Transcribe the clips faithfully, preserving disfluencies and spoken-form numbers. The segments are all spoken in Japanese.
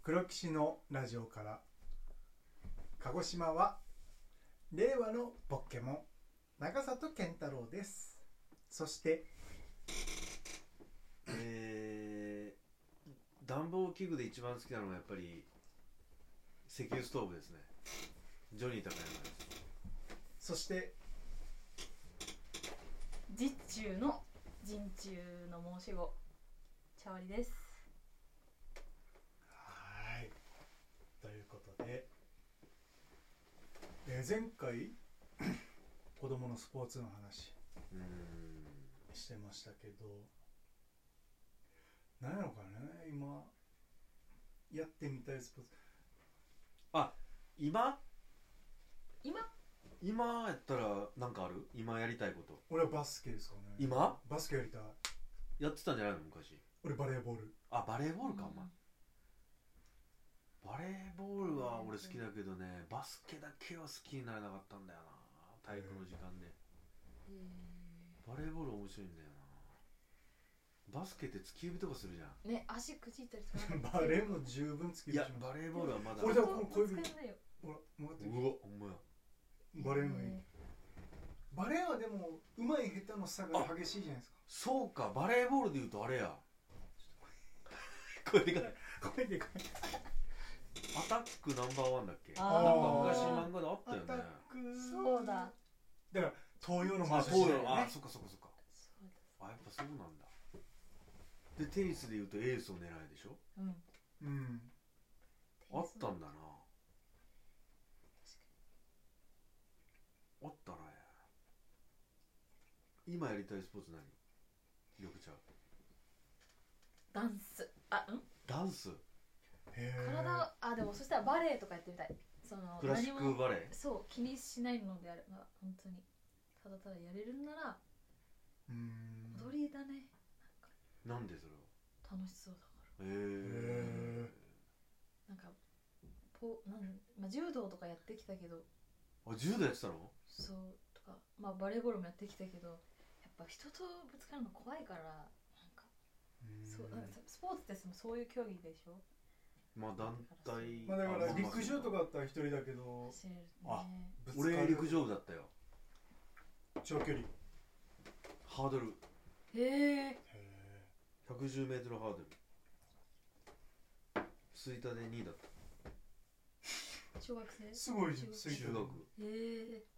黒騎士のラジオから。鹿児島は令和のポケモン長里健太郎です。そしてえー、暖房器具で一番好きなのはやっぱり石油ストーブですね。ジョニー高山です。 そして実中の陣中の申し子茶割りです。 はいということで、えー、前回子供のスポーツの話うーんしてましたけど、何やろかね、今やってみたいスポーツ。 あ、今今今やったらなんかある？今やりたいこと。 俺はバスケですかね。 今バスケやりたい。 やってたんじゃないの昔？ 俺バレーボール。 あ、バレーボールか、お前。 うんバレーボールは俺好きだけどね、バスケだけは好きになれなかったんだよな、体育の時間で。バレーボール面白いんだよな。バスケって突き指とかするじゃん。 ね、足くじいたりとかバレーも十分つけいやるします。 バレーボールはまだ。 俺でもこの小指使えないよ。 ほらもらってうわ、ほんまや。 バレーもいい。バレーはでも上手い下手の差が激しいじゃないですか。 そうか、バレーボールで言うとあれや。これでかい。 声でかい。 アタックナンバーワンだっけ？ あーなんか昔漫画であったよね。 アタック。 そうだ。 だから東洋の魔あ、 術そうよ。 師だよね。 あ、そっかそっかそっか。 そうあ、やっぱそうなんだ。で、テニスで言うとエースを狙えでしょ？ だ。うん。 うん。 あったんだな。あったな。今やりたいスポーツ何？緑茶。 ダンス。あ、ん？ ダンス？ へー体あでもそしたらバレエとかやってみたい。そのクラシックバレエ？ そう気にしないのであれば本当にただただやれるんならうーん。 踊りだね。 なんでそれは？ 楽しそうだかへへら。なんかポなんまあ柔道とかやってきたけどー。あ、柔道やってたの？ そうとかまあバレーボールもやってきたけどやっぱ人とぶつかるの怖いからなんかそうなんかスポーツってそういう競技でしょ。 まあ団体。 まあだからあ陸上とかだったら一人だけど、 走れるね。 あぶつかる俺陸上部だったよ。 長距離。 ハードルへえ。 ひゃくじゅうメートルハードル吹田でにいだった。 小学生？ すごいじゃん。 中中学。 へえ。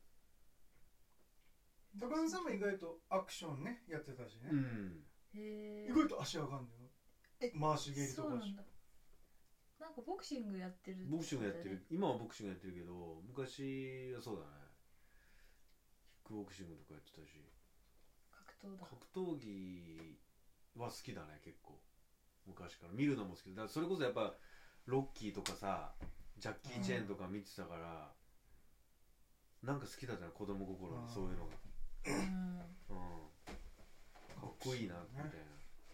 高野さんも意外とアクションねやってたしね。 うん。 へえ。 意外と足上がんだよ。 え回し蹴りとかし。 そうなんだ。なんかボクシングやってるってボク言ってたよね。 シングやってる。今はボクシングやってるけど、昔はそうだね。キックボクシングとかやってたし。 格闘だ。 格闘技は好きだね、結構。昔から見るのも好きだ。だからそれこそやっぱロッキーとかさ、ジャッキー・チェーンとか見てたから、なんか好きだったね、子供心にそういうのが。 うん。 うん。かっこいいなみたいな。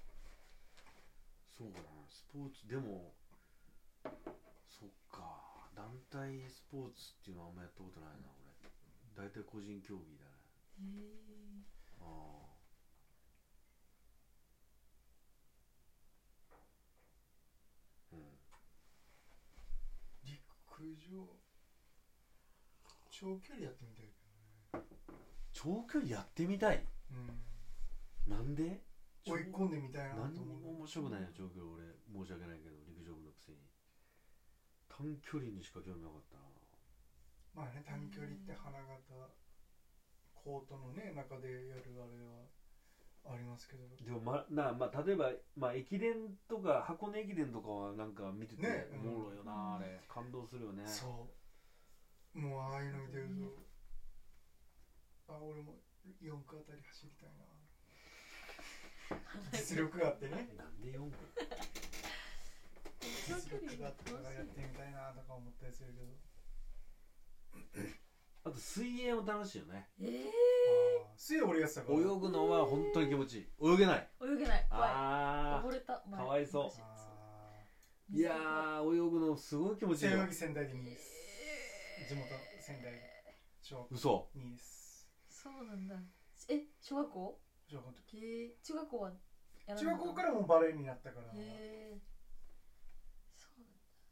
そうだな、スポーツでもそっか、団体スポーツっていうのはあんまやったことないな俺。大体個人競技だね。 へえ。 ああ。うん。 陸上長距離やってみたいけ長距離やってみたい。 どね。うん。 なんで？ 追い込んでみたいなと何に思う。 も面白くないよ長距離。俺申し訳ないけど陸上部のくせに短距離にしか興味なかったな。 まあね、短距離って花形コートのね中でやるあれはありますけど。 でもまなまあ例えばまあ駅伝とか箱根駅伝とかはなんか見ててねおもろいよな、あれ感動するよね。 そうもうああいうの見てると、あ俺もよん区あたり走りたいな。実力があってね。 なんでよん区？ 実力があってからやってみたいなとか思ったりするけど。 あと水泳も楽しいよね。 ええ。 ああ水泳俺やってたから。 泳ぐのは本当に気持ちいい。泳げない。 泳げない。怖い。 あ溺れた。 かわいそう昔あーいやー泳ぐのすごい気持ちいいよ背泳ぎ。仙台でにいです。地元仙台小学校嘘。 にいです。 そうなんだ。え、小学校？ 小学校の時。 へえ。中学校はやらなかった。 中学校からもうバレーになったから。 へえ。そうなんだ。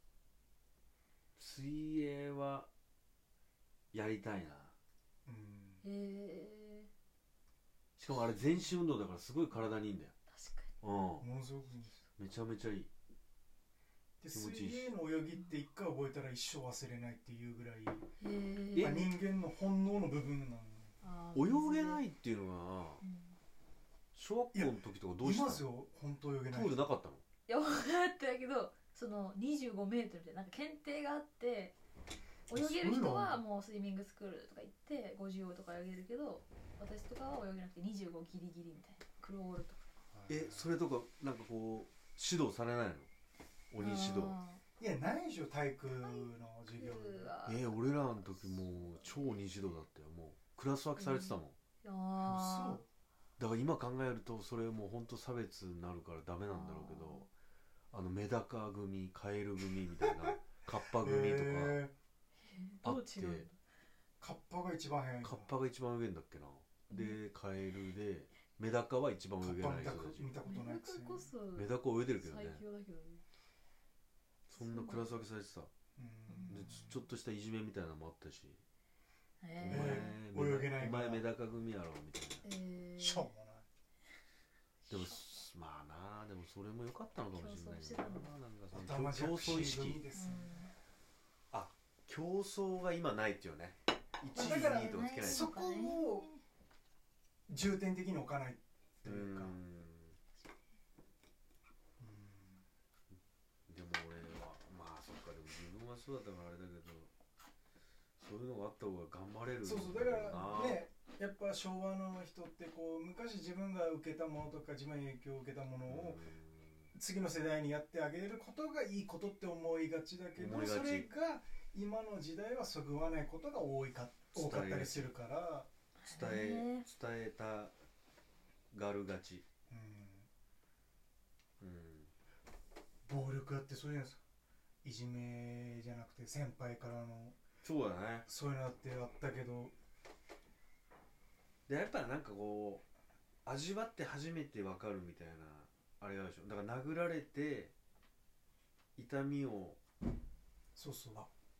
やりたいな。 うんへえしかもあれ全身運動だからすごい体にいいんだよ。 確かうんものすごくいいんです。 めちゃめちゃいい。 で気持ちいいし水泳の泳ぎって一回覚えたら一生忘れないっていうぐらい、 にへまあ人間の本能の部分なの。 泳げないいっていうのが小学校の時とかどうしたの？ いますよ本当泳げない。 プールなかったの？ いや分かったけどそのにじゅうごメートルでなんか検定があって泳げる人はもうスイミングスクールとか行ってごじゅうとか泳げるけど私とかは泳げなくてにじゅうごギリギリみたいなクロールとかえ、それとかなんかこう指導されないの？鬼指導。 あいやないでしょ体育の授業で。 ーうわえー、俺らの時もう超鬼指導だったよ。もうクラス分けされてたもん、 あ嘘。 だから今考えるとそれもうほんと差別になるからダメなんだろうけど、あのメダカ組、カエル組みたいなカッパ組とかえあって、 どう違うんだー、カッパが一番早いんだ。 カッパが一番泳げんだっけな。でカエルでメダカは一番カッ泳げないパ見たこ人たち。 見たことメダないくせに。 カこそメダカ泳いでるけどね。 最強だけどねそんなクラス分けされてた。 うんでちょっとしたいじめみたいなのもあったし、 へお前えー泳げないお前メダカ組やろみたいな。 えしょうもない。 でもまあな、でもそれも良かったのかもしれない競争してたのな。なんかその頭じゃ競争意識、 ですね。 あ、競争が今ないっていうね。いちいだからにいとかつけないそこを重点的に置かないとういうか。 ん。でも俺はまあそっか、でも自分はそうだったからあれだけど、そういうのがあった方が頑張れるんそうそう、だからね、やっぱ昭和の人ってこう昔自分が受けたものとか自分に影響を受けたものを次の世代にやってあげることがいいことって思いがちだけど、 思いがちそれが今の時代はそぐわないことが多いか多かったりするから、 伝え伝えたがるがち。 うん、 うん。 暴力だってそうじゃないですか。いじめじゃなくて先輩からのそうだね。 そういうのだってあったけど、 でやっぱなんかこう味わって初めてわかるみたいなあれがあるでしょ。だから殴られて痛みを、 そうそう、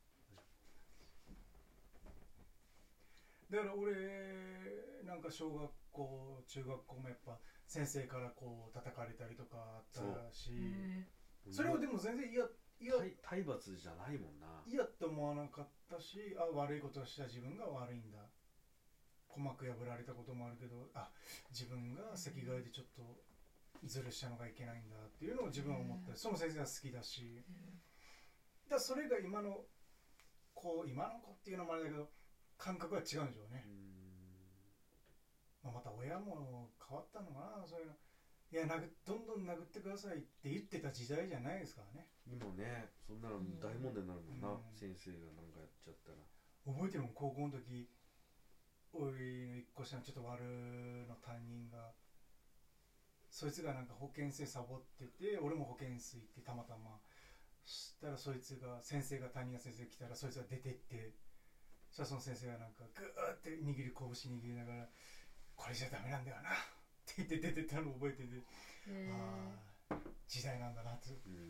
だから俺なんか小学校中学校もやっぱ先生からこう叩かれたりとかあったし、それをでも全然嫌嫌体体罰じゃないもんな。 嫌って思わなかったし、あ、悪いことをした自分が悪いんだ、鼓膜破られたこともあるけど、あ、自分が席替えでちょっとずるしたのがいけないんだっていうのを自分は思ったり、その先生は好きだし、だからそれが今の子、今の子っていうのもあれだけど感覚は違うんでしょうね。まあ、また親も変わったのかな、そういうの。いや、殴どんどん殴ってくださいって言ってた時代じゃないですからね。 今ね、そんなの大問題になるもんな、 うん、 先生がなんかやっちゃったら。 覚えてるもん、高校の時俺の一個下のちょっと悪の担任が、そいつがなんか保健室サボってて、俺も保健室行ってたまたましたら、そいつが先生が担任が先生来たらそいつが出てって、そしたらその先生がなんかグーって握り拳握りながら、これじゃダメなんだよなって言って出てったのを覚えてて、ああ時代なんだなって、うん、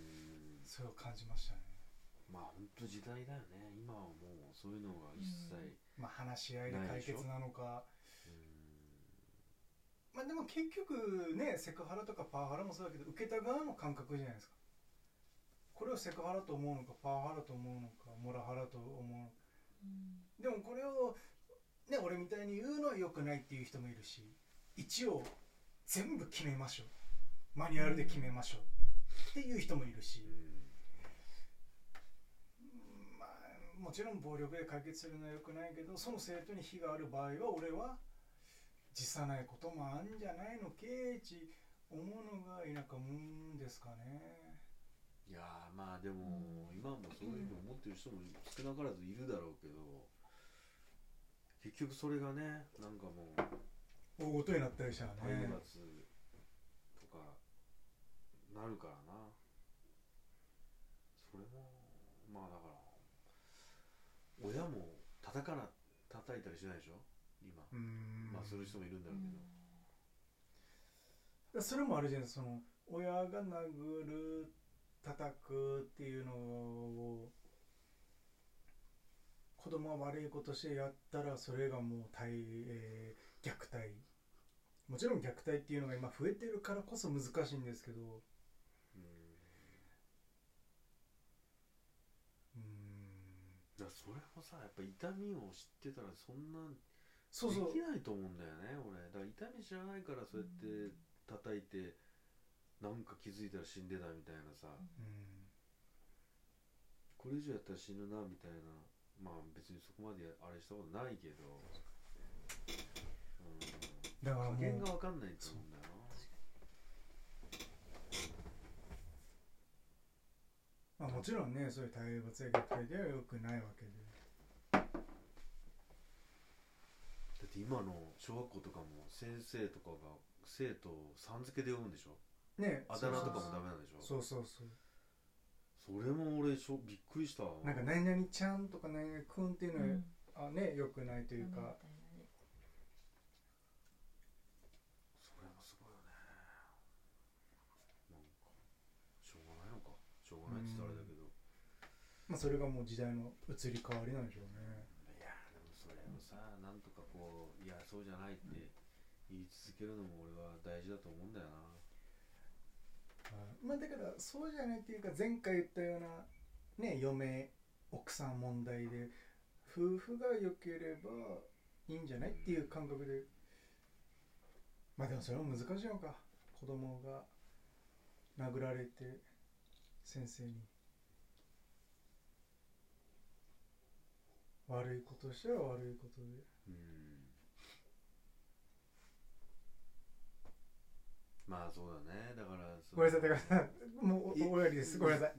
それを感じましたね。 まあ本当時代だよね。今はもうそういうのが一切、 うん、まあ話し合いで解決なのか、 うん、 まあでも結局ね、セクハラとかパワハラもそうだけど、受けた側の感覚じゃないですか。これをセクハラと思うのか、パワハラと思うのか、モラハラと思うのか、うん、でもこれをね、俺みたいに言うのは良くないっていう人もいるし、一応全部決めましょう、マニュアルで決めましょうっていう人もいるし、うん、まあもちろん暴力で解決するのは良くないけど、その生徒に非がある場合は俺は辞さないこともあるんじゃないのけいち思うのが田舎もんですかね。 いやまあでも、うん、今もそういうの思ってる人も少なからずいるだろうけど、結局それがね、なんかもう大ごとになったりしたらね、 体罰とかなるからな。それもまあだから親も叩かな叩いたりしないでしょ今。うん、まあする人もいるんだろうけど、 それもあるじゃないですか。その親が殴る叩くっていうのを子子供は悪いことしてやったらそれがもう対、えー虐待、もちろん虐待っていうのが今増えてるからこそ難しいんですけど、 うんうーん、 だからそれもさやっぱ痛みを知ってたらそんなそうそうできないと思うんだよね俺。だから痛み知らないからそうやって叩いてなんか気づいたら死んでたみたいなさ、 うん、 これ以上やったら死ぬなみたいな、まあ別にそこまであれしたことないけど、うん、 だからもう加減が分かんないと思うんだよな。 まあ、もちろんねそういう体罰や虐待では良くないわけで、 だって今の小学校とかも先生とかが生徒をさん付けで呼ぶんでしょ。 ね、 あだ名とかもダメなんでしょ。 そうそうそう、 それも俺しょびっくりしたわ。 なんか何々ちゃんとか何々くんっていうのは、 うんあね良くないというか、 それもすごいよね。なんかしょうがないのか、しょうがないって言ったらあれだけど、 まあ、それがもう時代の移り変わりなんでしょうね。 いやでもそれをさなんとかこういやそうじゃないって言い続けるのも俺は大事だと思うんだよな。 まあ、だからそうじゃないっていうか前回言ったようなね嫁奥さん問題で夫婦が良ければいいんじゃないっていう感覚で、まあでもそれも難しいのか、子供が殴られて先生に悪いことしたら悪いことで、 うんまあそうだね。だからそごめんなさいだからもう終わりです、ごめんなさい。